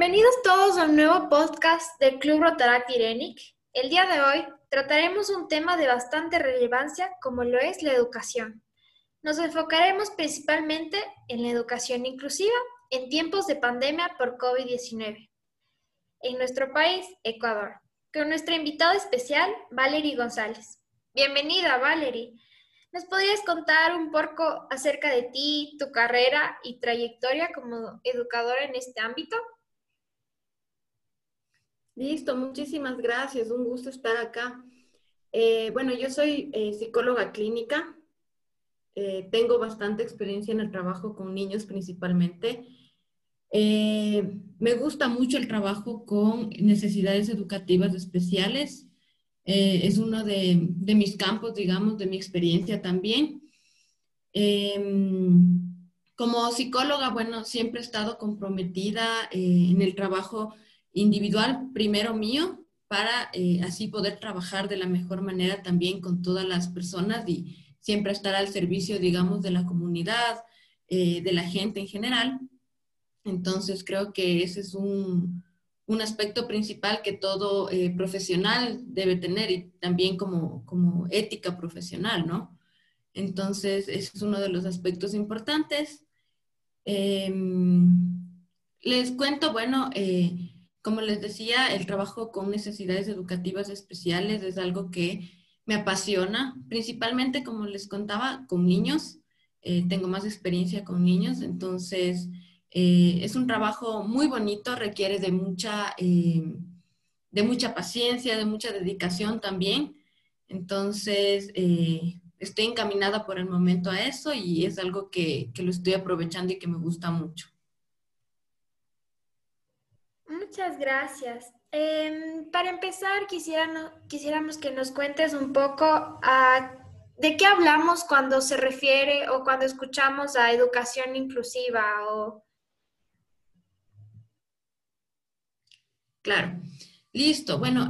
Bienvenidos todos a un nuevo podcast del Club Rotaract Irenic. El día de hoy trataremos un tema de bastante relevancia como lo es la educación. Nos enfocaremos principalmente en la educación inclusiva en tiempos de pandemia por COVID-19 en nuestro país, Ecuador, con nuestra invitada especial, Valerie González. Bienvenida, Valerie. ¿Nos podrías contar un poco acerca de ti, tu carrera y trayectoria como educadora en este ámbito? Listo, muchísimas gracias, un gusto estar acá. Bueno, yo soy psicóloga clínica, tengo bastante experiencia en el trabajo con niños principalmente. Me gusta mucho el trabajo con necesidades educativas especiales, es uno de mis campos, digamos, de mi experiencia también. Como psicóloga, bueno, siempre he estado comprometida en el trabajo individual, primero mío, para así poder trabajar de la mejor manera también con todas las personas y siempre estar al servicio, digamos, de la comunidad, de la gente en general. Entonces, creo que ese es un aspecto principal que todo profesional debe tener y también como ética profesional, ¿no? Entonces, ese es uno de los aspectos importantes. Eh, Les cuento, bueno, como les decía, el trabajo con necesidades educativas especiales es algo que me apasiona, principalmente, como les contaba, con niños. Tengo más experiencia con niños, entonces es un trabajo muy bonito, requiere de mucha paciencia, de mucha dedicación también. Entonces, estoy encaminada por el momento a eso y es algo que lo estoy aprovechando y que me gusta mucho. Muchas gracias. Para empezar, quisiéramos que nos cuentes un poco de qué hablamos cuando se refiere o cuando escuchamos a educación inclusiva o... Claro, listo. Bueno,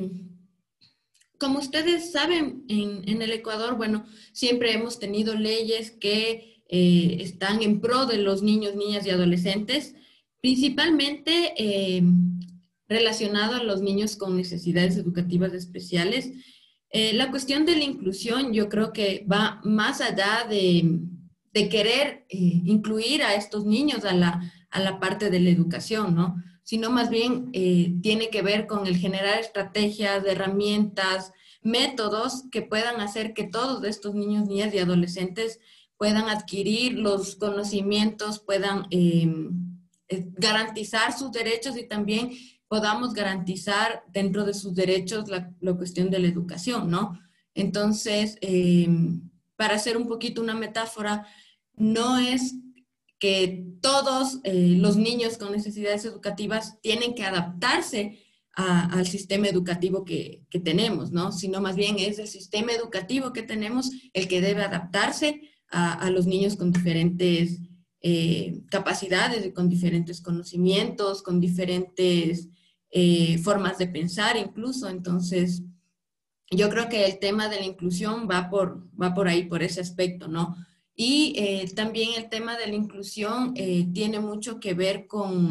como ustedes saben, en el Ecuador, bueno, siempre hemos tenido leyes que están en pro de los niños, niñas y adolescentes, principalmente relacionado a los niños con necesidades educativas especiales. La cuestión de la inclusión yo creo que va más allá de querer incluir a estos niños a la parte de la educación, ¿no? Sino más bien tiene que ver con el generar estrategias, herramientas, métodos que puedan hacer que todos estos niños, niñas y adolescentes puedan adquirir los conocimientos, puedan garantizar sus derechos y también podamos garantizar dentro de sus derechos la cuestión de la educación, ¿no? Entonces, para hacer un poquito una metáfora, no es que todos los niños con necesidades educativas tienen que adaptarse al sistema educativo que tenemos, ¿no? Sino más bien es el sistema educativo que tenemos el que debe adaptarse a los niños con diferentes capacidades y con diferentes conocimientos, con diferentes formas de pensar incluso. Entonces, yo creo que el tema de la inclusión va por ahí, por ese aspecto, ¿no? Y también el tema de la inclusión tiene mucho que ver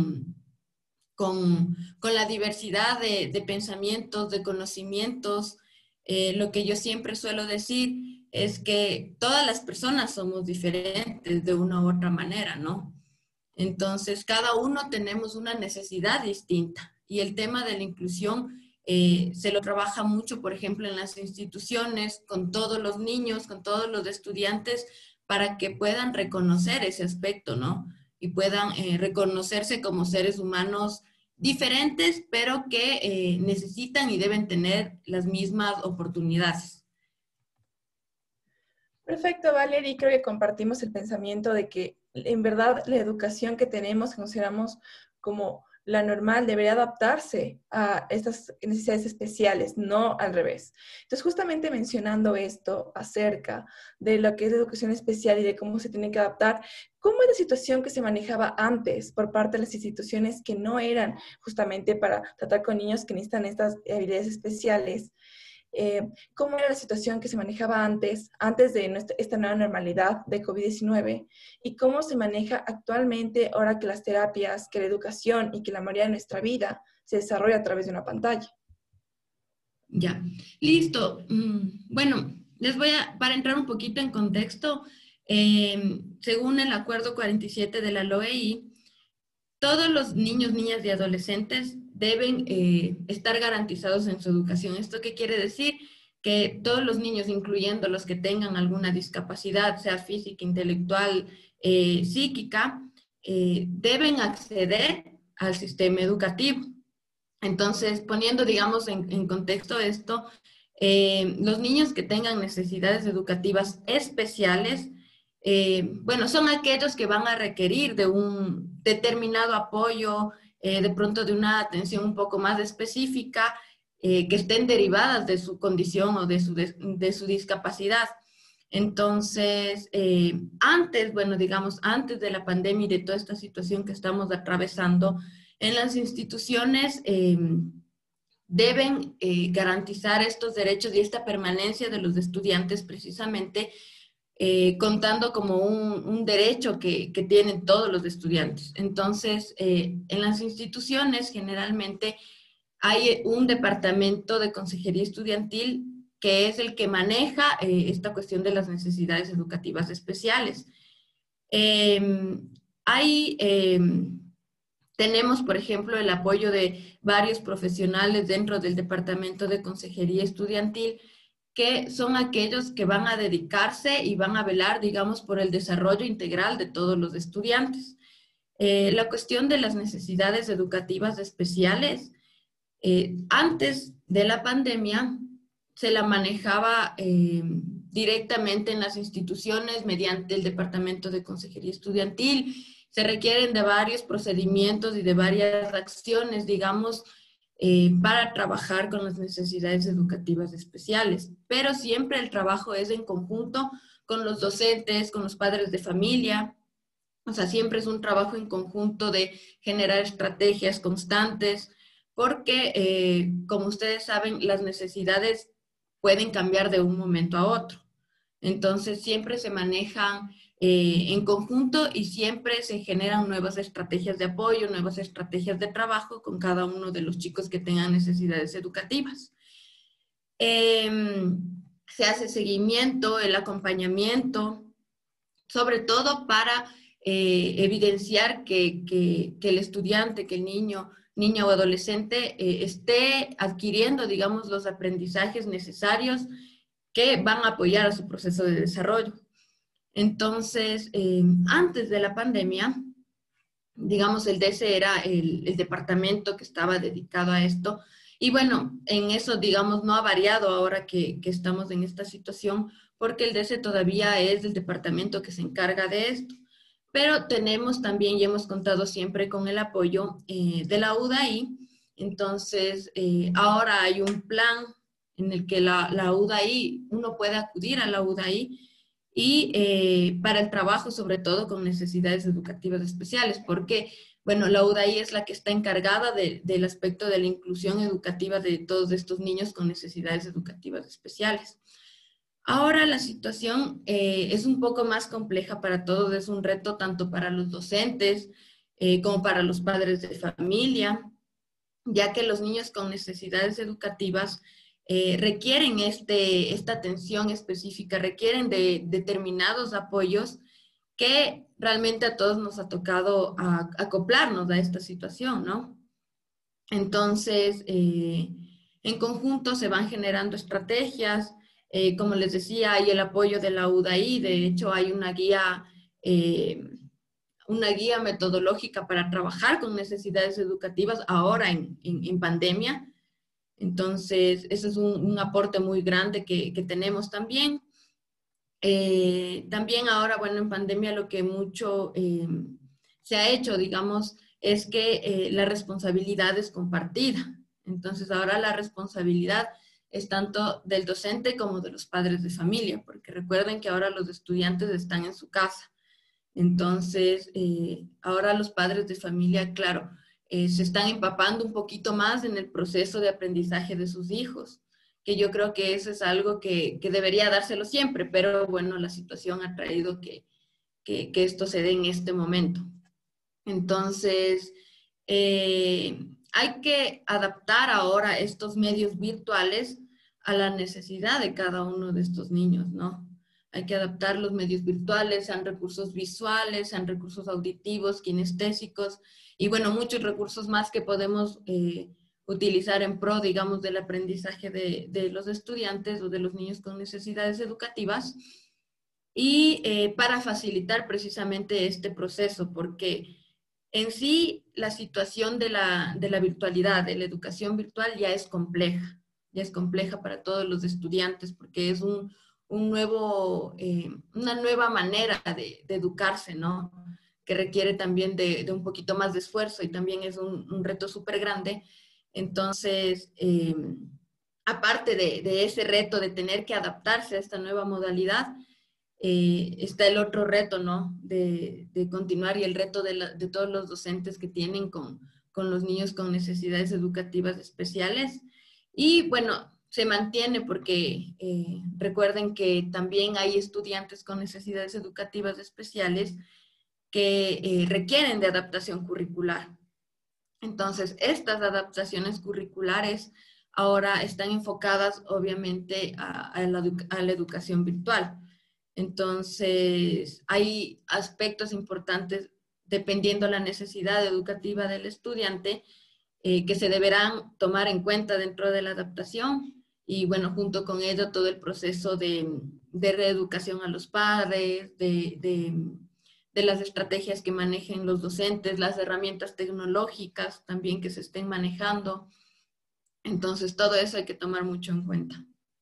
con la diversidad de pensamientos, de conocimientos. Lo que yo siempre suelo decir es que todas las personas somos diferentes de una u otra manera, ¿no? Entonces, cada uno tenemos una necesidad distinta y el tema de la inclusión se lo trabaja mucho, por ejemplo, en las instituciones, con todos los niños, con todos los estudiantes, para que puedan reconocer ese aspecto, ¿no? Y puedan reconocerse como seres humanos diferentes, pero que necesitan y deben tener las mismas oportunidades. Perfecto, Valerie. Creo que compartimos el pensamiento de que en verdad la educación que tenemos, que consideramos como la normal, debería adaptarse a estas necesidades especiales, no al revés. Entonces, justamente mencionando esto acerca de lo que es la educación especial y de cómo se tiene que adaptar, ¿cómo es la situación que se manejaba antes por parte de las instituciones que no eran justamente para tratar con niños que necesitan estas habilidades especiales? cómo era la situación que se manejaba antes de esta nueva normalidad de COVID-19 y cómo se maneja actualmente ahora que las terapias, que la educación y que la mayoría de nuestra vida se desarrolla a través de una pantalla. Ya, listo. Bueno, para entrar un poquito en contexto, según el Acuerdo 47 de la OEI, todos los niños, niñas y adolescentes deben estar garantizados en su educación. ¿Esto qué quiere decir? Que todos los niños, incluyendo los que tengan alguna discapacidad, sea física, intelectual, psíquica, deben acceder al sistema educativo. Entonces, poniendo, digamos, en contexto esto, los niños que tengan necesidades educativas especiales, bueno, son aquellos que van a requerir de un determinado apoyo, de pronto de una atención un poco más específica, que estén derivadas de su condición o de su discapacidad. Entonces, antes, bueno, digamos, antes de la pandemia y de toda esta situación que estamos atravesando, en las instituciones deben garantizar estos derechos y esta permanencia de los estudiantes precisamente contando como un derecho que tienen todos los estudiantes. Entonces, en las instituciones generalmente hay un departamento de consejería estudiantil que es el que maneja esta cuestión de las necesidades educativas especiales. Tenemos, por ejemplo, el apoyo de varios profesionales dentro del Departamento de Consejería Estudiantil, que son aquellos que van a dedicarse y van a velar, digamos, por el desarrollo integral de todos los estudiantes. La cuestión de las necesidades educativas especiales, antes de la pandemia, se la manejaba directamente en las instituciones mediante el Departamento de Consejería Estudiantil. Se requieren de varios procedimientos y de varias acciones, digamos, para trabajar con las necesidades educativas especiales. Pero siempre el trabajo es en conjunto con los docentes, con los padres de familia. O sea, siempre es un trabajo en conjunto de generar estrategias constantes, porque, como ustedes saben, las necesidades pueden cambiar de un momento a otro. Entonces, siempre se manejan en conjunto y siempre se generan nuevas estrategias de apoyo, nuevas estrategias de trabajo con cada uno de los chicos que tengan necesidades educativas. Se hace seguimiento, el acompañamiento, sobre todo para evidenciar que el estudiante, que el niño, niña o adolescente esté adquiriendo, digamos, los aprendizajes necesarios que van a apoyar a su proceso de desarrollo. Entonces, antes de la pandemia, digamos, el DESE era el departamento que estaba dedicado a esto. Y bueno, en eso, digamos, no ha variado ahora que estamos en esta situación, porque el DESE todavía es el departamento que se encarga de esto. Pero tenemos también, y hemos contado siempre con el apoyo de la UDAI. Entonces, ahora hay un plan en el que la UDAI, uno puede acudir a la UDAI y para el trabajo, sobre todo con necesidades educativas especiales, porque, bueno, la UDAI es la que está encargada del aspecto de la inclusión educativa de todos estos niños con necesidades educativas especiales. Ahora la situación es un poco más compleja para todos, es un reto tanto para los docentes como para los padres de familia, ya que los niños con necesidades educativas requieren esta atención específica, requieren de determinados apoyos que realmente a todos nos ha tocado acoplarnos a esta situación, ¿no? Entonces, en conjunto se van generando estrategias, como les decía, hay el apoyo de la UDAI, de hecho hay una guía metodológica para trabajar con necesidades educativas ahora en pandemia. Entonces, ese es un aporte muy grande que tenemos también. También ahora, bueno, en pandemia lo que mucho se ha hecho, digamos, es que la responsabilidad es compartida. Entonces, ahora la responsabilidad es tanto del docente como de los padres de familia, porque recuerden que ahora los estudiantes están en su casa. Entonces, ahora los padres de familia, claro, se están empapando un poquito más en el proceso de aprendizaje de sus hijos, que yo creo que eso es algo que debería dárselo siempre, pero bueno, la situación ha traído que esto se dé en este momento. Entonces, hay que adaptar ahora estos medios virtuales a la necesidad de cada uno de estos niños, ¿no? Hay que adaptar los medios virtuales, sean recursos visuales, sean recursos auditivos, kinestésicos, y bueno, muchos recursos más que podemos utilizar en pro, digamos, del aprendizaje de los estudiantes o de los niños con necesidades educativas, y para facilitar precisamente este proceso, porque en sí la situación de la virtualidad, de la educación virtual ya es compleja para todos los estudiantes, porque es una nueva manera de educarse, ¿no? Que requiere también de un poquito más de esfuerzo y también es un reto súper grande. Entonces, aparte de ese reto de tener que adaptarse a esta nueva modalidad, está el otro reto, ¿no? De continuar y el reto de todos los docentes que tienen con los niños con necesidades educativas especiales. Y bueno, se mantiene porque recuerden que también hay estudiantes con necesidades educativas especiales que requieren de adaptación curricular. Entonces, estas adaptaciones curriculares ahora están enfocadas obviamente a la educación virtual. Entonces, hay aspectos importantes dependiendo de la necesidad educativa del estudiante que se deberán tomar en cuenta dentro de la adaptación y bueno, junto con ello todo el proceso de reeducación a los padres, de las estrategias que manejen los docentes, las herramientas tecnológicas también que se estén manejando. Entonces, todo eso hay que tomar mucho en cuenta.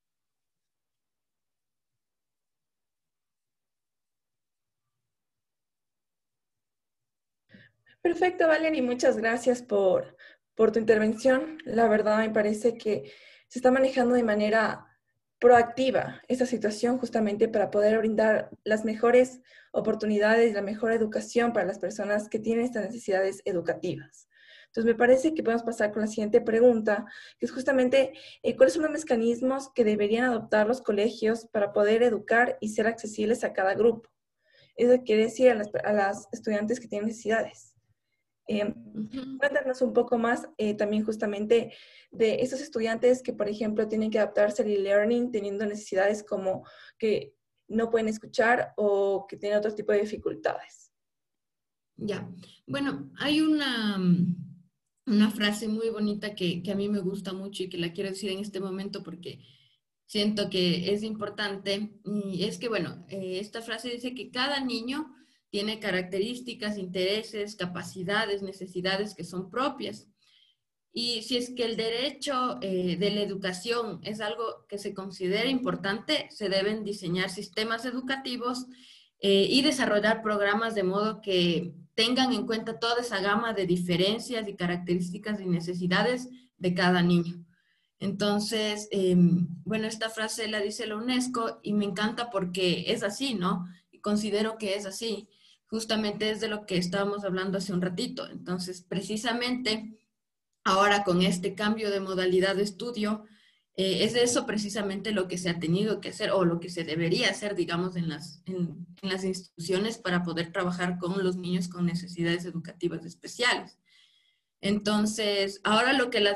Perfecto, Valerie, muchas gracias por tu intervención. La verdad me parece que se está manejando de manera proactiva esta situación justamente para poder brindar las mejores oportunidades, la mejor educación para las personas que tienen estas necesidades educativas. Entonces, me parece que podemos pasar con la siguiente pregunta, que es justamente cuáles son los mecanismos que deberían adoptar los colegios para poder educar y ser accesibles a cada grupo. Eso quiere decir a las estudiantes que tienen necesidades. Cuéntanos un poco más también justamente de esos estudiantes que, por ejemplo, tienen que adaptarse al e-learning teniendo necesidades como que no pueden escuchar o que tienen otro tipo de dificultades. Ya, bueno, hay una frase muy bonita que a mí me gusta mucho y que la quiero decir en este momento porque siento que es importante. Y es que, bueno, esta frase dice que cada niño tiene características, intereses, capacidades, necesidades que son propias. Y si es que el derecho de la educación es algo que se considera importante, se deben diseñar sistemas educativos y desarrollar programas de modo que tengan en cuenta toda esa gama de diferencias y características y necesidades de cada niño. Entonces, bueno, esta frase la dice la UNESCO y me encanta porque es así, ¿no? Y considero que es así. Justamente es de lo que estábamos hablando hace un ratito. Entonces, precisamente, ahora con este cambio de modalidad de estudio, es eso precisamente lo que se ha tenido que hacer o lo que se debería hacer, digamos, en las instituciones para poder trabajar con los niños con necesidades educativas especiales. Entonces, ahora lo que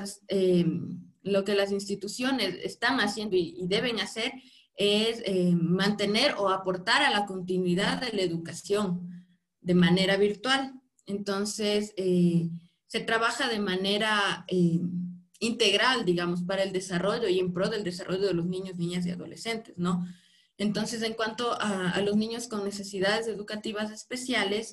las instituciones están haciendo y deben hacer es mantener o aportar a la continuidad de la educación de manera virtual. Entonces, se trabaja de manera integral, digamos, para el desarrollo y en pro del desarrollo de los niños, niñas y adolescentes, ¿no? Entonces, en cuanto a los niños con necesidades educativas especiales,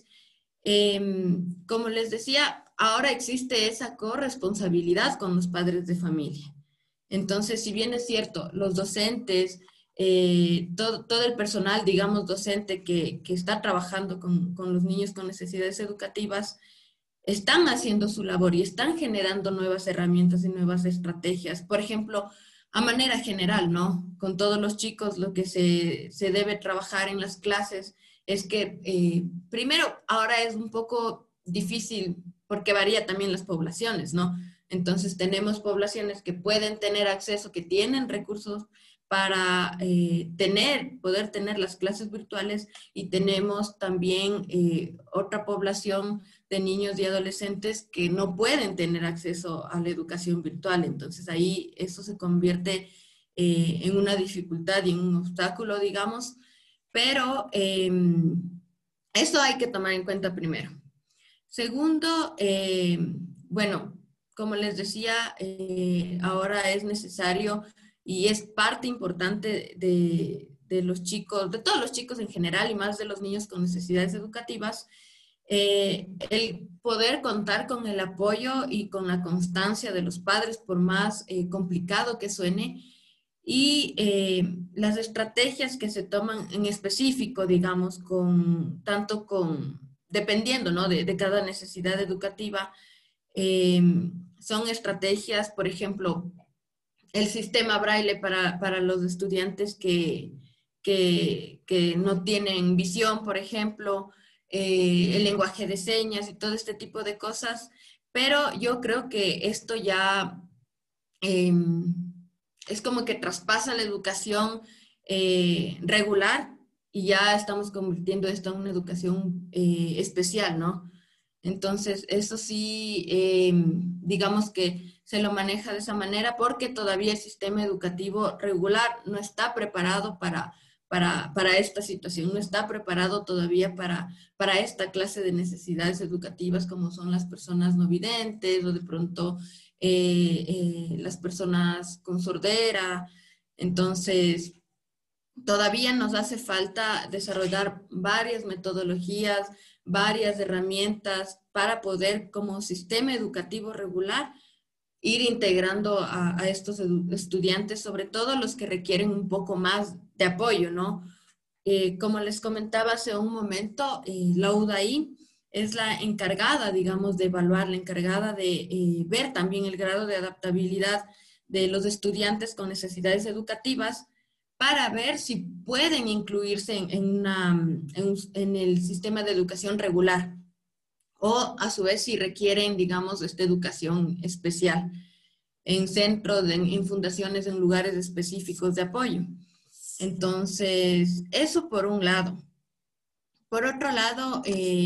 como les decía, ahora existe esa corresponsabilidad con los padres de familia. Entonces, si bien es cierto, los docentes, todo el personal, digamos, docente que está trabajando con los niños con necesidades educativas, están haciendo su labor y están generando nuevas herramientas y nuevas estrategias. Por ejemplo, a manera general, ¿no? Con todos los chicos, lo que se debe trabajar en las clases es que, primero, ahora es un poco difícil porque varía también las poblaciones, ¿no? Entonces tenemos poblaciones que pueden tener acceso, que tienen recursos para poder tener las clases virtuales, y tenemos también otra población de niños y adolescentes que no pueden tener acceso a la educación virtual. Entonces ahí eso se convierte en una dificultad y en un obstáculo, digamos, pero eso hay que tomar en cuenta primero. Segundo, bueno, como les decía, ahora es necesario y es parte importante de los chicos, de todos los chicos en general y más de los niños con necesidades educativas, el poder contar con el apoyo y con la constancia de los padres, por más complicado que suene, y las estrategias que se toman en específico, digamos, dependiendo, ¿no?, de cada necesidad educativa, eh, son estrategias, por ejemplo, el sistema braille para los estudiantes que no tienen visión, por ejemplo, el lenguaje de señas y todo este tipo de cosas, pero yo creo que esto ya es como que traspasa la educación regular, y ya estamos convirtiendo esto en una educación especial, ¿no? Entonces, eso sí, digamos que se lo maneja de esa manera porque todavía el sistema educativo regular no está preparado para esta situación, no está preparado todavía para esta clase de necesidades educativas como son las personas no videntes o de pronto las personas con sordera. Entonces, todavía nos hace falta desarrollar varias metodologías, varias herramientas para poder, como sistema educativo regular, ir integrando a estos estudiantes, sobre todo los que requieren un poco más de apoyo, ¿no? Como les comentaba hace un momento, la UDAI es la encargada, digamos, de evaluar, la encargada de ver también el grado de adaptabilidad de los estudiantes con necesidades educativas para ver si pueden incluirse en el sistema de educación regular o a su vez si requieren, digamos, esta educación especial en centros, en fundaciones, en lugares específicos de apoyo. Entonces, eso por un lado. Por otro lado,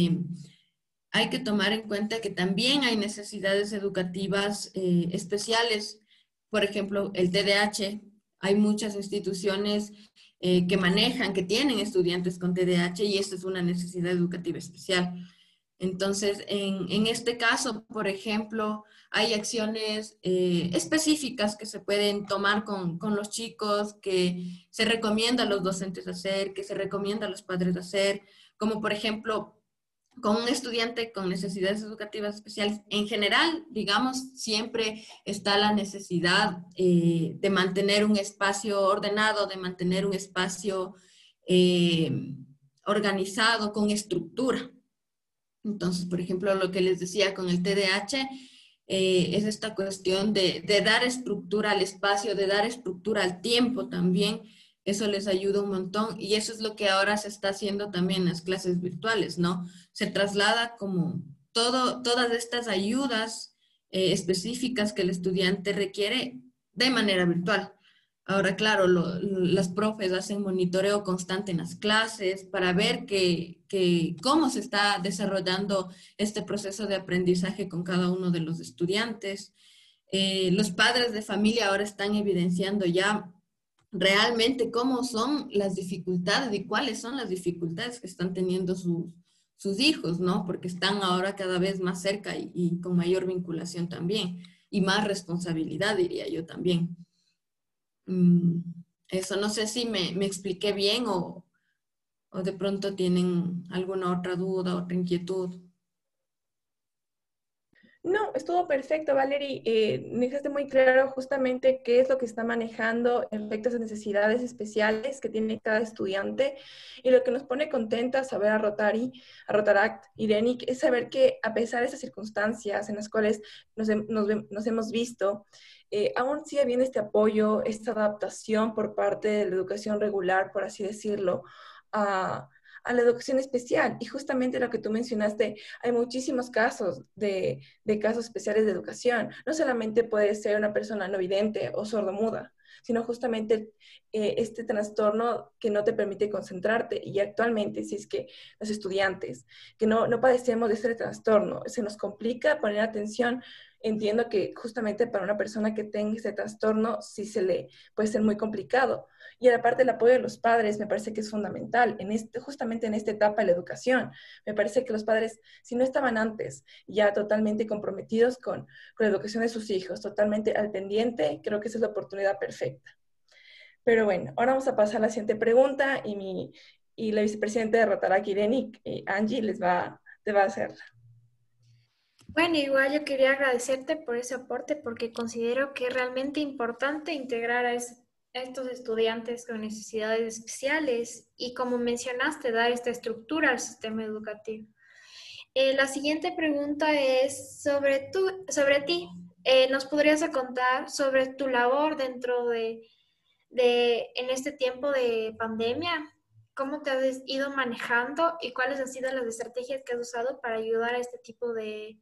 hay que tomar en cuenta que también hay necesidades educativas especiales. Por ejemplo, el TDAH. Hay muchas instituciones que manejan, que tienen estudiantes con TDAH, y esta es una necesidad educativa especial. Entonces, en este caso, por ejemplo, hay acciones específicas que se pueden tomar con los chicos, que se recomienda a los docentes hacer, que se recomienda a los padres hacer, como por ejemplo, con un estudiante con necesidades educativas especiales, en general, digamos, siempre está la necesidad de mantener un espacio ordenado, de mantener un espacio organizado, con estructura. Entonces, por ejemplo, lo que les decía con el TDAH es esta cuestión de dar estructura al espacio, de dar estructura al tiempo también. Eso les ayuda un montón, y eso es lo que ahora se está haciendo también en las clases virtuales, ¿no? Se traslada como todas estas ayudas específicas que el estudiante requiere de manera virtual. Ahora, claro, las profes hacen monitoreo constante en las clases para ver cómo se está desarrollando este proceso de aprendizaje con cada uno de los estudiantes. Los padres de familia ahora están evidenciando ya realmente cómo son las dificultades y cuáles son las dificultades que están teniendo sus hijos, ¿no? Porque están ahora cada vez más cerca y con mayor vinculación también, y más responsabilidad, diría yo también. Eso, no sé si me expliqué bien o de pronto tienen alguna otra duda, otra inquietud. No, estuvo perfecto, Valerie. Me dejaste muy claro justamente qué es lo que está manejando en efecto a esas necesidades especiales que tiene cada estudiante. Y lo que nos pone contentas saber a Rotaract y DENIC es saber que a pesar de esas circunstancias en las cuales nos hemos visto, aún sigue habiendo este apoyo, esta adaptación por parte de la educación regular, por así decirlo, a la educación especial. Y justamente lo que tú mencionaste, hay muchísimos casos de casos especiales de educación. No solamente puede ser una persona no vidente o sordomuda, sino justamente este trastorno que no te permite concentrarte. Y actualmente, si es que los estudiantes que no padecemos de este trastorno, se nos complica poner atención. Entiendo que justamente para una persona que tenga este trastorno sí se le puede ser muy complicado. Y aparte el apoyo de los padres me parece que es fundamental, justamente en esta etapa de la educación. Me parece que los padres, si no estaban antes ya totalmente comprometidos con la educación de sus hijos, totalmente al pendiente, creo que esa es la oportunidad perfecta. Pero bueno, ahora vamos a pasar a la siguiente pregunta y la vicepresidenta de Rotaract, Irene, Angie, te va a hacer. Bueno, igual yo quería agradecerte por ese aporte porque considero que es realmente importante integrar a estos estudiantes con necesidades especiales y, como mencionaste, dar esta estructura al sistema educativo. La siguiente pregunta es sobre ti. ¿Nos podrías contar sobre tu labor dentro en este tiempo de pandemia? ¿Cómo te has ido manejando y cuáles han sido las estrategias que has usado para ayudar a este tipo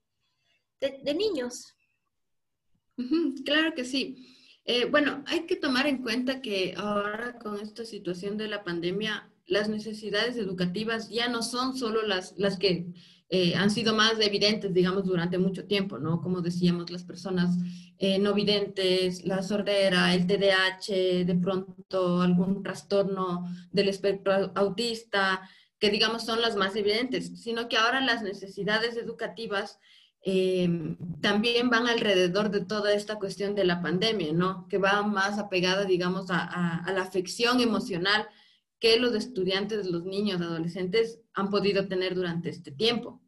de niños? Claro que sí. Bueno, hay que tomar en cuenta que ahora con esta situación de la pandemia, las necesidades educativas ya no son solo las que han sido más evidentes, digamos, durante mucho tiempo, ¿no? Como decíamos, las personas no videntes, la sordera, el TDAH, de pronto algún trastorno del espectro autista, que digamos son las más evidentes, sino que ahora las necesidades educativas también van alrededor de toda esta cuestión de la pandemia, ¿no? Que va más apegada, digamos, a la afección emocional que los estudiantes, los niños, adolescentes han podido tener durante este tiempo.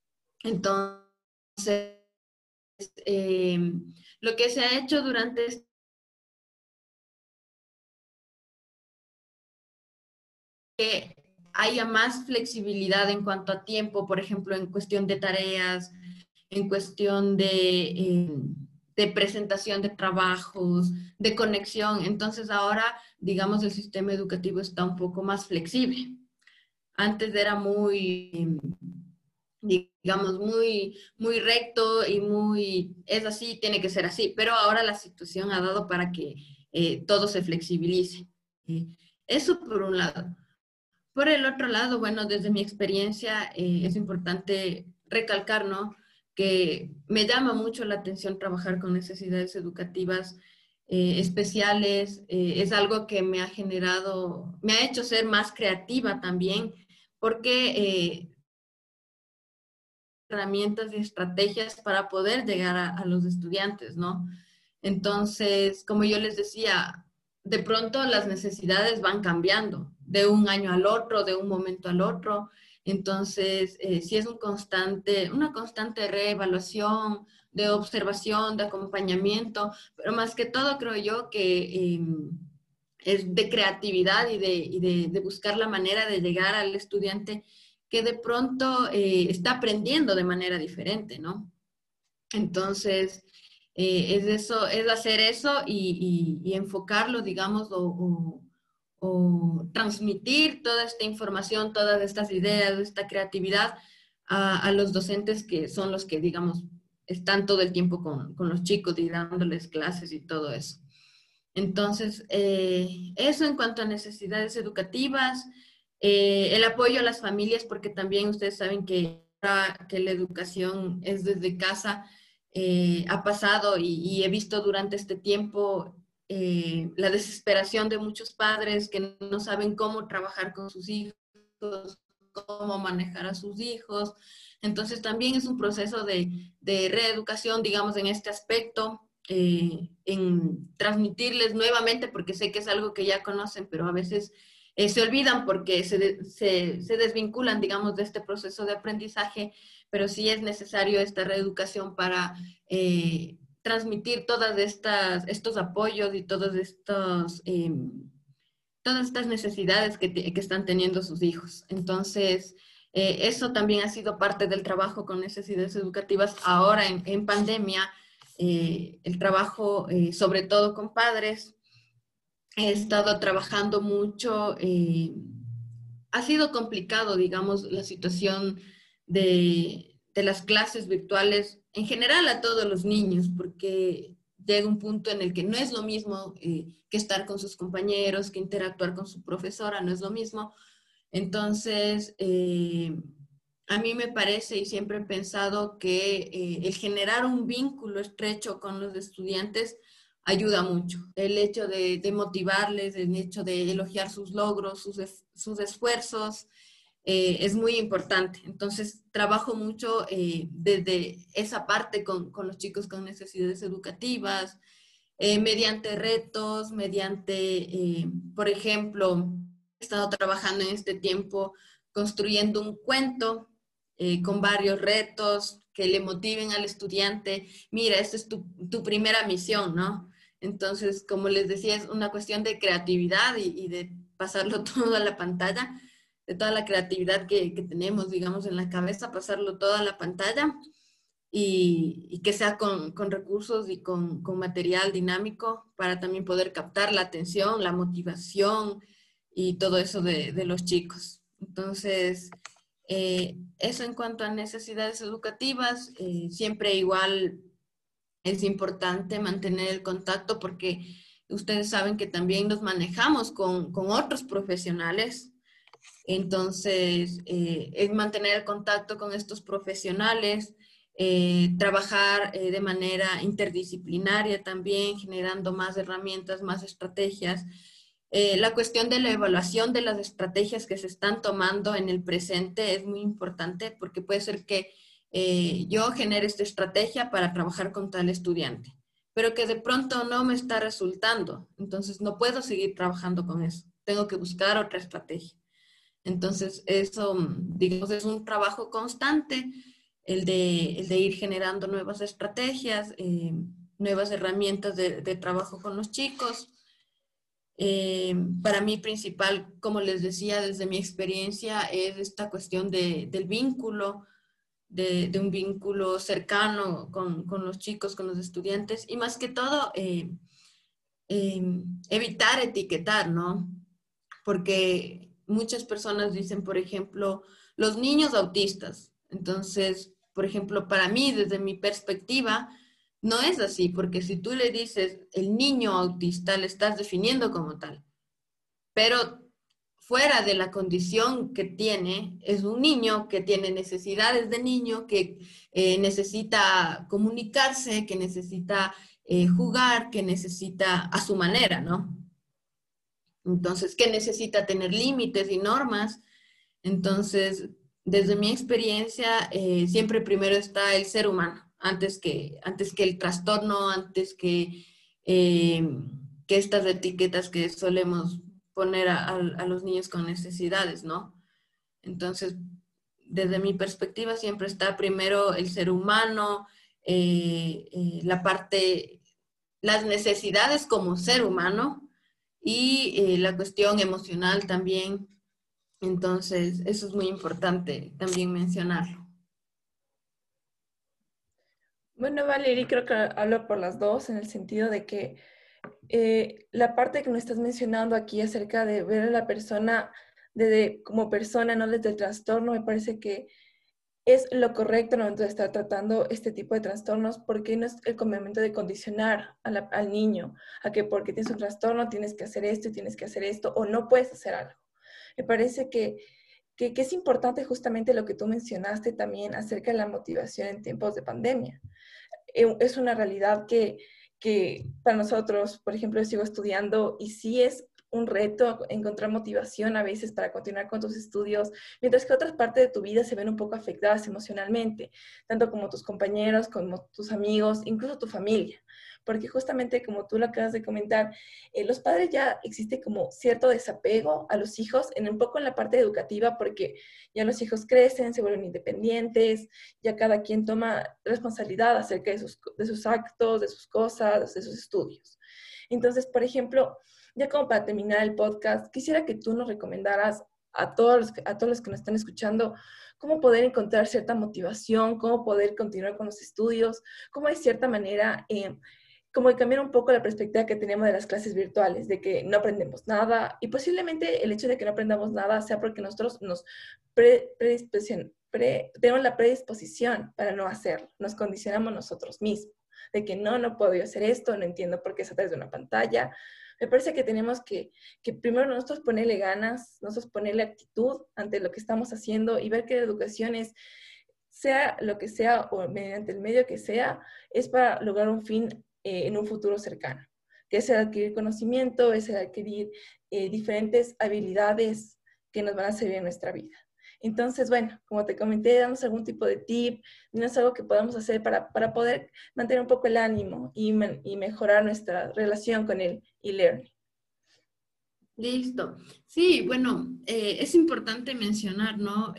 Entonces, eh, lo que se ha hecho durante este que haya más flexibilidad en cuanto a tiempo, por ejemplo, en cuestión de tareas, en cuestión de presentación de trabajos, de conexión. Entonces ahora, digamos, el sistema educativo está un poco más flexible. Antes era muy, digamos, muy recto y es así, tiene que ser así, pero ahora la situación ha dado para que todo se flexibilice. Eso por un lado. Por el otro lado, bueno, desde mi experiencia es importante recalcar, ¿no? Que me llama mucho la atención trabajar con necesidades educativas especiales. Es algo que me ha generado, me ha hecho ser más creativa también, porque herramientas y estrategias para poder llegar a los estudiantes, ¿no? Entonces, como yo les decía, de pronto las necesidades van cambiando de un año al otro, de un momento al otro. Entonces, sí es una constante reevaluación, de observación, de acompañamiento, pero más que todo creo yo que es de creatividad y de buscar la manera de llegar al estudiante que de pronto está aprendiendo de manera diferente, ¿no? Entonces, es eso, es hacer eso y enfocarlo, digamos, o transmitir toda esta información, todas estas ideas, esta creatividad a los docentes que son los que, digamos, están todo el tiempo con los chicos y dándoles clases y todo eso. Entonces, eso en cuanto a necesidades educativas, el apoyo a las familias, porque también ustedes saben que la educación es desde casa, ha pasado y he visto durante este tiempo la desesperación de muchos padres que no saben cómo trabajar con sus hijos, cómo manejar a sus hijos. Entonces también es un proceso de reeducación, digamos, en este aspecto, en transmitirles nuevamente, porque sé que es algo que ya conocen, pero a veces se olvidan porque se desvinculan, digamos, de este proceso de aprendizaje, pero sí es necesario esta reeducación para transmitir estos apoyos y todas estas necesidades que están teniendo sus hijos. Entonces, eso también ha sido parte del trabajo con necesidades educativas ahora en pandemia, el trabajo sobre todo con padres. He estado trabajando mucho ha sido complicado, digamos, la situación de las clases virtuales en general a todos los niños, porque llega un punto en el que no es lo mismo que estar con sus compañeros, que interactuar con su profesora, no es lo mismo. Entonces, a mí me parece y siempre he pensado que el generar un vínculo estrecho con los estudiantes ayuda mucho. El hecho de motivarles, el hecho de elogiar sus logros, sus esfuerzos, es muy importante. Entonces, trabajo mucho desde esa parte con los chicos con necesidades educativas, mediante retos, por ejemplo, he estado trabajando en este tiempo construyendo un cuento con varios retos que le motiven al estudiante. Mira, esta es tu primera misión, ¿no? Entonces, como les decía, es una cuestión de creatividad y de pasarlo todo a la pantalla, de toda la creatividad que tenemos, digamos, en la cabeza, pasarlo todo a la pantalla y que sea con recursos y con material dinámico para también poder captar la atención, la motivación y todo eso de los chicos. Entonces, eso en cuanto a necesidades educativas, siempre igual es importante mantener el contacto porque ustedes saben que también nos manejamos con otros profesionales. Entonces, es mantener el contacto con estos profesionales, trabajar de manera interdisciplinaria también, generando más herramientas, más estrategias. La cuestión de la evaluación de las estrategias que se están tomando en el presente es muy importante porque puede ser que yo genere esta estrategia para trabajar con tal estudiante, pero que de pronto no me está resultando. Entonces, no puedo seguir trabajando con eso. Tengo que buscar otra estrategia. Entonces, eso, digamos, es un trabajo constante, el de ir generando nuevas estrategias, nuevas herramientas de trabajo con los chicos. Para mí principal, como les decía, desde mi experiencia, es esta cuestión del vínculo, de un vínculo cercano con los chicos, con los estudiantes, y más que todo, evitar etiquetar, ¿no? Porque muchas personas dicen, por ejemplo, los niños autistas. Entonces, por ejemplo, para mí, desde mi perspectiva, no es así, porque si tú le dices el niño autista, le estás definiendo como tal. Pero fuera de la condición que tiene, es un niño que tiene necesidades de niño, que necesita comunicarse, que necesita jugar, que necesita a su manera, ¿no? Entonces, que necesita tener límites y normas. Entonces, desde mi experiencia, siempre primero está el ser humano, antes que el trastorno, antes que estas etiquetas que solemos poner a los niños con necesidades, ¿no? Entonces, desde mi perspectiva, siempre está primero el ser humano, las necesidades como ser humano, y la cuestión emocional también. Entonces, eso es muy importante también mencionarlo. Bueno, Valerie, creo que hablo por las dos en el sentido de que la parte que me estás mencionando aquí acerca de ver a la persona como persona, no desde el trastorno, me parece que es lo correcto al momento de estar tratando este tipo de trastornos, porque no es el momento de condicionar al niño a que porque tienes un trastorno tienes que hacer esto y tienes que hacer esto o no puedes hacer algo. Me parece que es importante justamente lo que tú mencionaste también acerca de la motivación en tiempos de pandemia. Es una realidad que para nosotros, por ejemplo, yo sigo estudiando y sí es un reto encontrar motivación a veces para continuar con tus estudios, mientras que otras partes de tu vida se ven un poco afectadas emocionalmente, tanto como tus compañeros, como tus amigos, incluso tu familia. Porque justamente como tú lo acabas de comentar, los padres ya existe como cierto desapego a los hijos, un poco en la parte educativa, porque ya los hijos crecen, se vuelven independientes, ya cada quien toma responsabilidad acerca de sus actos, de sus cosas, de sus estudios. Entonces, por ejemplo, ya como para terminar el podcast, quisiera que tú nos recomendaras a todos los que nos están escuchando cómo poder encontrar cierta motivación, cómo poder continuar con los estudios, cómo de cierta manera como cambiar un poco la perspectiva que tenemos de las clases virtuales, de que no aprendemos nada, y posiblemente el hecho de que no aprendamos nada sea porque nosotros nos tenemos la predisposición para no hacerlo, nos condicionamos nosotros mismos, de que no puedo hacer esto, no entiendo por qué es a través de una pantalla. Me parece que tenemos que primero nosotros ponerle ganas, nosotros ponerle actitud ante lo que estamos haciendo y ver que la educación es, sea lo que sea o mediante el medio que sea, es para lograr un fin en un futuro cercano, que es el adquirir conocimiento, es el adquirir diferentes habilidades que nos van a servir en nuestra vida. Entonces, bueno, como te comenté, damos algún tipo de tip, dinos algo que podamos hacer para poder mantener un poco el ánimo y mejorar nuestra relación con el e-learning. Listo. Sí, bueno, es importante mencionar, ¿no?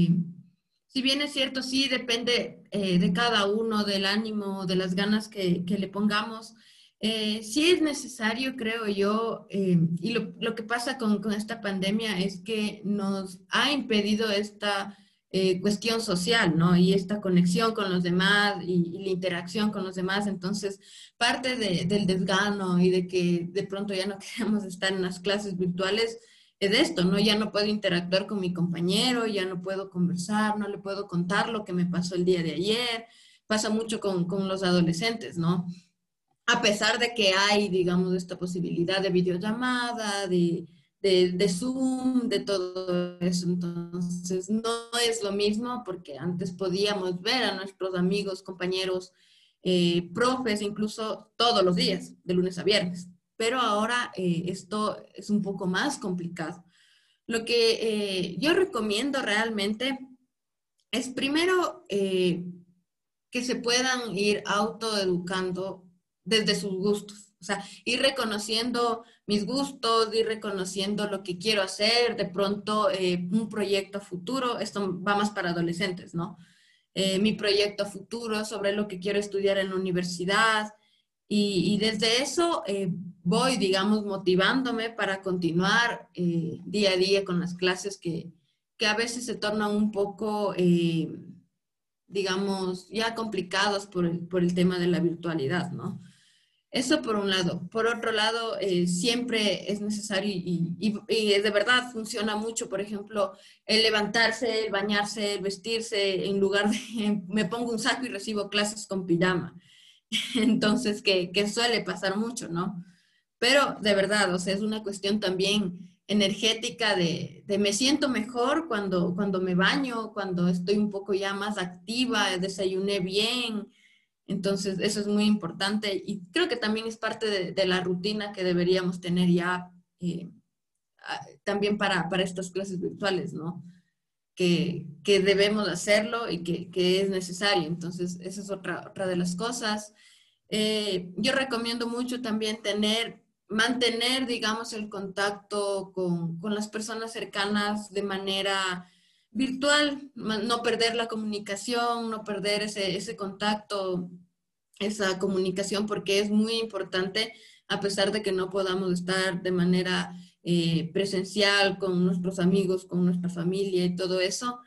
Si bien es cierto, sí depende de cada uno, del ánimo, de las ganas que le pongamos. Sí es necesario, creo yo, y lo que pasa con esta pandemia es que nos ha impedido esta cuestión social, ¿no? Y esta conexión con los demás y la interacción con los demás. Entonces, parte del desgano y de que de pronto ya no queremos estar en las clases virtuales es de esto, ¿no? Ya no puedo interactuar con mi compañero, ya no puedo conversar, no le puedo contar lo que me pasó el día de ayer. Pasa mucho con los adolescentes, ¿no? A pesar de que hay, digamos, esta posibilidad de videollamada, de Zoom, de todo eso. Entonces, no es lo mismo porque antes podíamos ver a nuestros amigos, compañeros, profes, incluso todos los días, de lunes a viernes. Pero ahora esto es un poco más complicado. Lo que yo recomiendo realmente es primero que se puedan ir autoeducando desde sus gustos. O sea, ir reconociendo mis gustos, ir reconociendo lo que quiero hacer, de pronto un proyecto futuro, esto va más para adolescentes, ¿no? Mi proyecto futuro sobre lo que quiero estudiar en la universidad y desde eso voy, digamos, motivándome para continuar día a día con las clases que a veces se tornan un poco digamos, ya complicados por el tema de la virtualidad, ¿no? Eso por un lado. Por otro lado, siempre es necesario y de verdad funciona mucho, por ejemplo, el levantarse, el bañarse, el vestirse, en lugar de me pongo un saco y recibo clases con pijama. Entonces, que suele pasar mucho, ¿no? Pero de verdad, o sea, es una cuestión también energética de me siento mejor cuando me baño, cuando estoy un poco ya más activa, desayuné bien. Entonces, eso es muy importante y creo que también es parte de la rutina que deberíamos tener ya también para estas clases virtuales, ¿no? Que debemos hacerlo y que es necesario. Entonces, esa es otra de las cosas. Yo recomiendo mucho también mantener, digamos, el contacto con las personas cercanas de manera virtual, no perder la comunicación, no perder ese contacto, esa comunicación, porque es muy importante, a pesar de que no podamos estar de manera presencial con nuestros amigos, con nuestra familia y todo eso.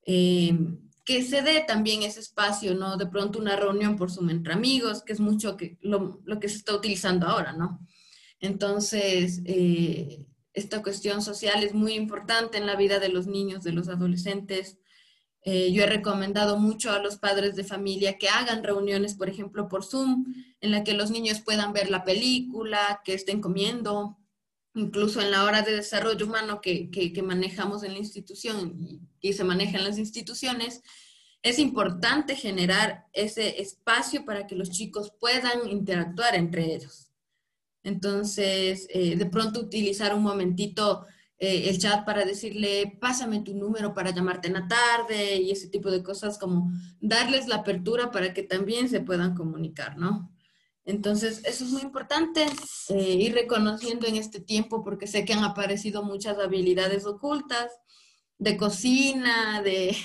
Que se dé también ese espacio, ¿no? De pronto una reunión por Zoom entre amigos, que es mucho lo que se está utilizando ahora, ¿no? Entonces, esta cuestión social es muy importante en la vida de los niños, de los adolescentes. Yo he recomendado mucho a los padres de familia que hagan reuniones, por ejemplo, por Zoom, en la que los niños puedan ver la película, que estén comiendo, incluso en la hora de desarrollo humano que manejamos en la institución y se maneja en las instituciones, es importante generar ese espacio para que los chicos puedan interactuar entre ellos. Entonces, de pronto utilizar un momentito el chat para decirle, pásame tu número para llamarte en la tarde y ese tipo de cosas, como darles la apertura para que también se puedan comunicar, ¿no? Entonces, eso es muy importante, ir reconociendo en este tiempo, porque sé que han aparecido muchas habilidades ocultas de cocina,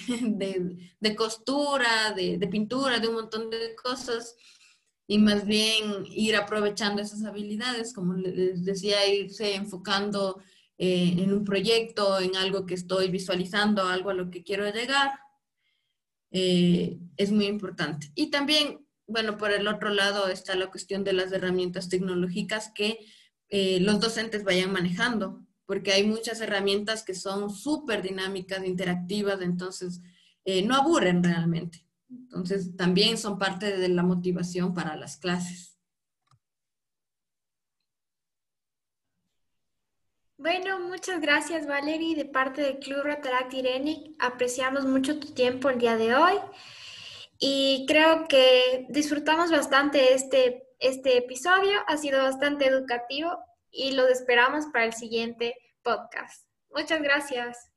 de costura, de pintura, de un montón de cosas, y más bien ir aprovechando esas habilidades, como les decía, irse enfocando en un proyecto, en algo que estoy visualizando, algo a lo que quiero llegar, es muy importante. Y también bueno, por el otro lado está la cuestión de las herramientas tecnológicas que los docentes vayan manejando, porque hay muchas herramientas que son súper dinámicas, interactivas, entonces no aburren realmente. Entonces también son parte de la motivación para las clases. Bueno, muchas gracias Valerie de parte del Club Rotaract Irenic. Apreciamos mucho tu tiempo el día de hoy y creo que disfrutamos bastante este episodio. Ha sido bastante educativo y los esperamos para el siguiente podcast. Muchas gracias.